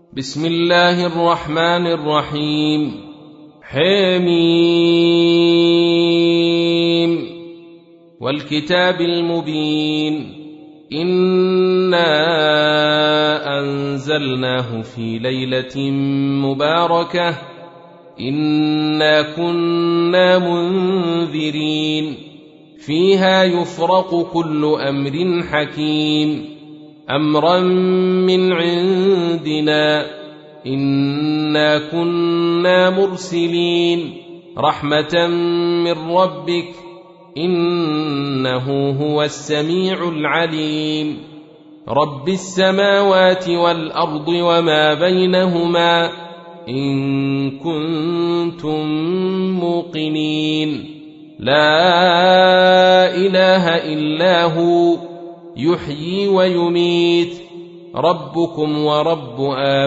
بسم الله الرحمن الرحيم. حميم والكتاب المبين إنا أنزلناه في ليلة مباركة إنا كنا منذرين فيها يفرق كل أمر حكيم أمرا من عندنا إنا كنا مرسلين رحمة من ربك إنه هو السميع العليم رب السماوات والأرض وما بينهما إن كنتم موقنين لا إله إلا هو يحيي ويميت ربكم ورب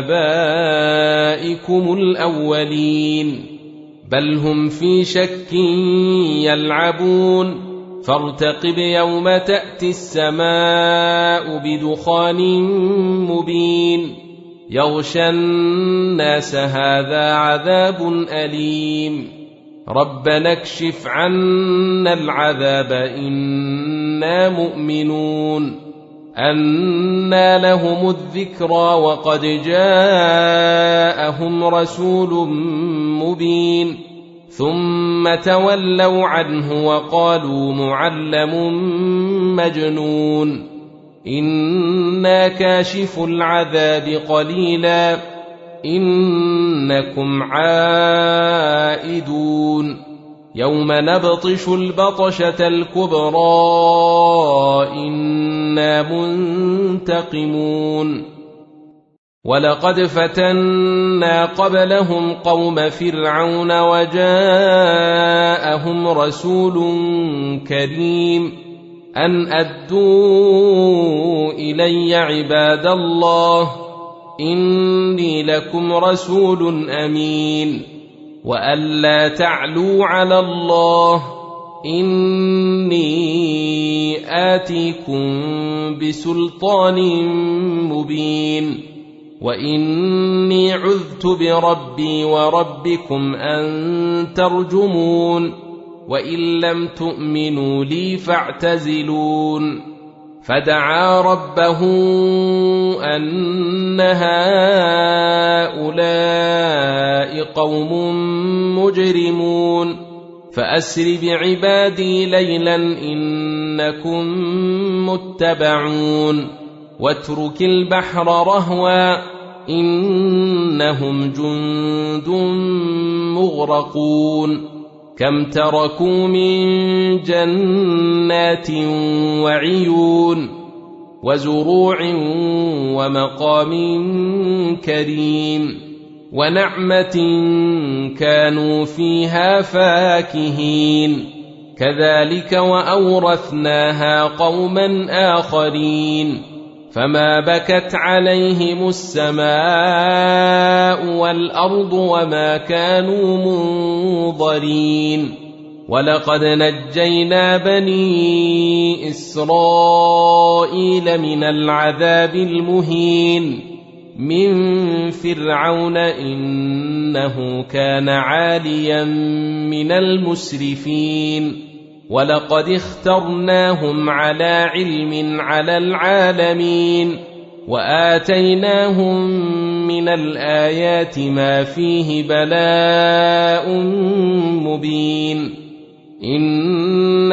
آبائكم الأولين بل هم في شك يلعبون فارتقب يوم تأتي السماء بدخان مبين يغشى الناس هذا عذاب أليم ربنا اكشف عنا العذاب إنا مؤمنون أنى لهم الذكرى وقد جاءهم رسول مبين ثم تولوا عنه وقالوا معلم مجنون إنا كاشف العذاب قليلا إنكم عائدون يوم نبطش البطشة الكبرى إنا منتقمون ولقد فتنا قبلهم قوم فرعون وجاءهم رسول كريم أن أدوا إلي عباد الله إني لكم رسول أمين وألا تعلوا على الله إني آتيكم بسلطان مبين وإني عذت بربي وربكم أن ترجمون وإن لم تؤمنوا لي فاعتزلون فدعا ربه أن هؤلاء قوم مجرمون فأسر بعبادي ليلا إنكم متبعون واترك البحر رهوا إنهم جند مغرقون كم تركوا من جنات وعيون وزروع ومقام كريم ونعمة كانوا فيها فاكهين كذلك وأورثناها قوما آخرين فما بكت عليهم السماء والأرض وما كانوا منظرين ولقد نجينا بني إسرائيل من العذاب المهين من فرعون إنه كان عاليا من المسرفين ولقد اخترناهم على علم على العالمين وآتيناهم من الآيات ما فيه بلاء مبين إن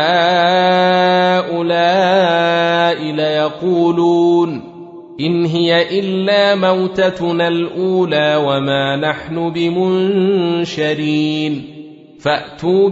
هؤلاء ليقولون إن هي إلا موتتنا الأولى وما نحن بمنشرين فأتوا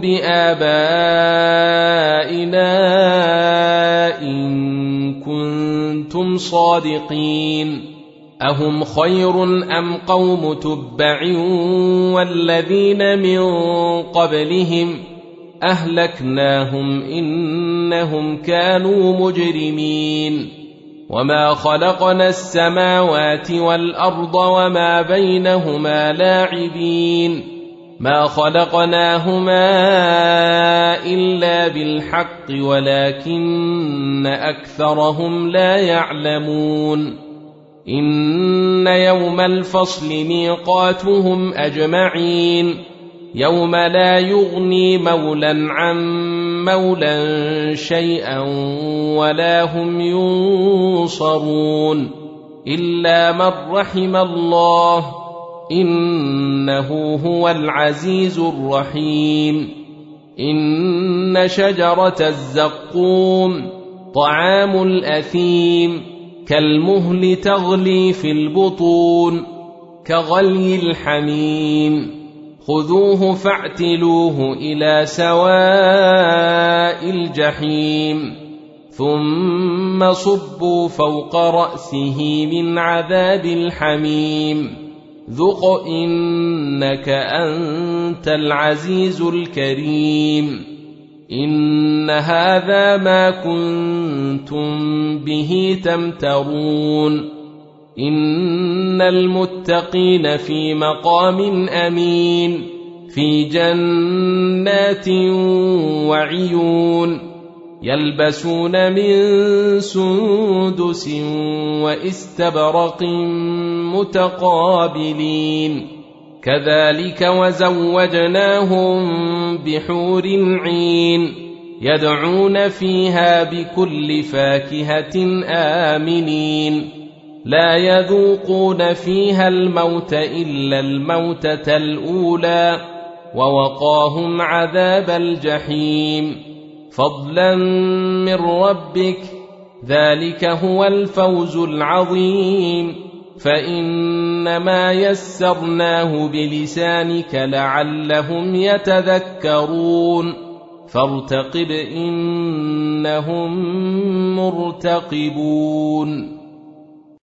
بآبائنا إن كنتم صادقين أهم خير أم قوم تبع والذين من قبلهم أهلكناهم إنهم كانوا مجرمين وما خلقنا السماوات والأرض وما بينهما لاعبين ما خلقناهما إلا بالحق ولكن أكثرهم لا يعلمون إن يوم الفصل ميقاتهم أجمعين يوم لا يغني مولى عن مولى شيئا ولا هم ينصرون إلا من رحم الله إنه هو العزيز الرحيم إن شجرة الزقوم طعام الأثيم كالمهل تغلي في البطون كغلي الحميم خذوه فاعتلوه إلى سواء الجحيم ثم صبوا فوق رأسه من عذاب الحميم ذق إنك أنت العزيز الكريم إن هذا ما كنتم به تمترون إن المتقين في مقام أمين في جنات وعيون يلبسون من سندس واستبرق متقابلين كذلك وزوجناهم بحور عين يدعون فيها بكل فاكهة آمنين لا يذوقون فيها الموت إلا الموتة الأولى ووقاهم عذاب الجحيم فضلا من ربك ذلك هو الفوز العظيم فإنما يسرناه بلسانك لعلهم يتذكرون فارتقب إنهم مرتقبون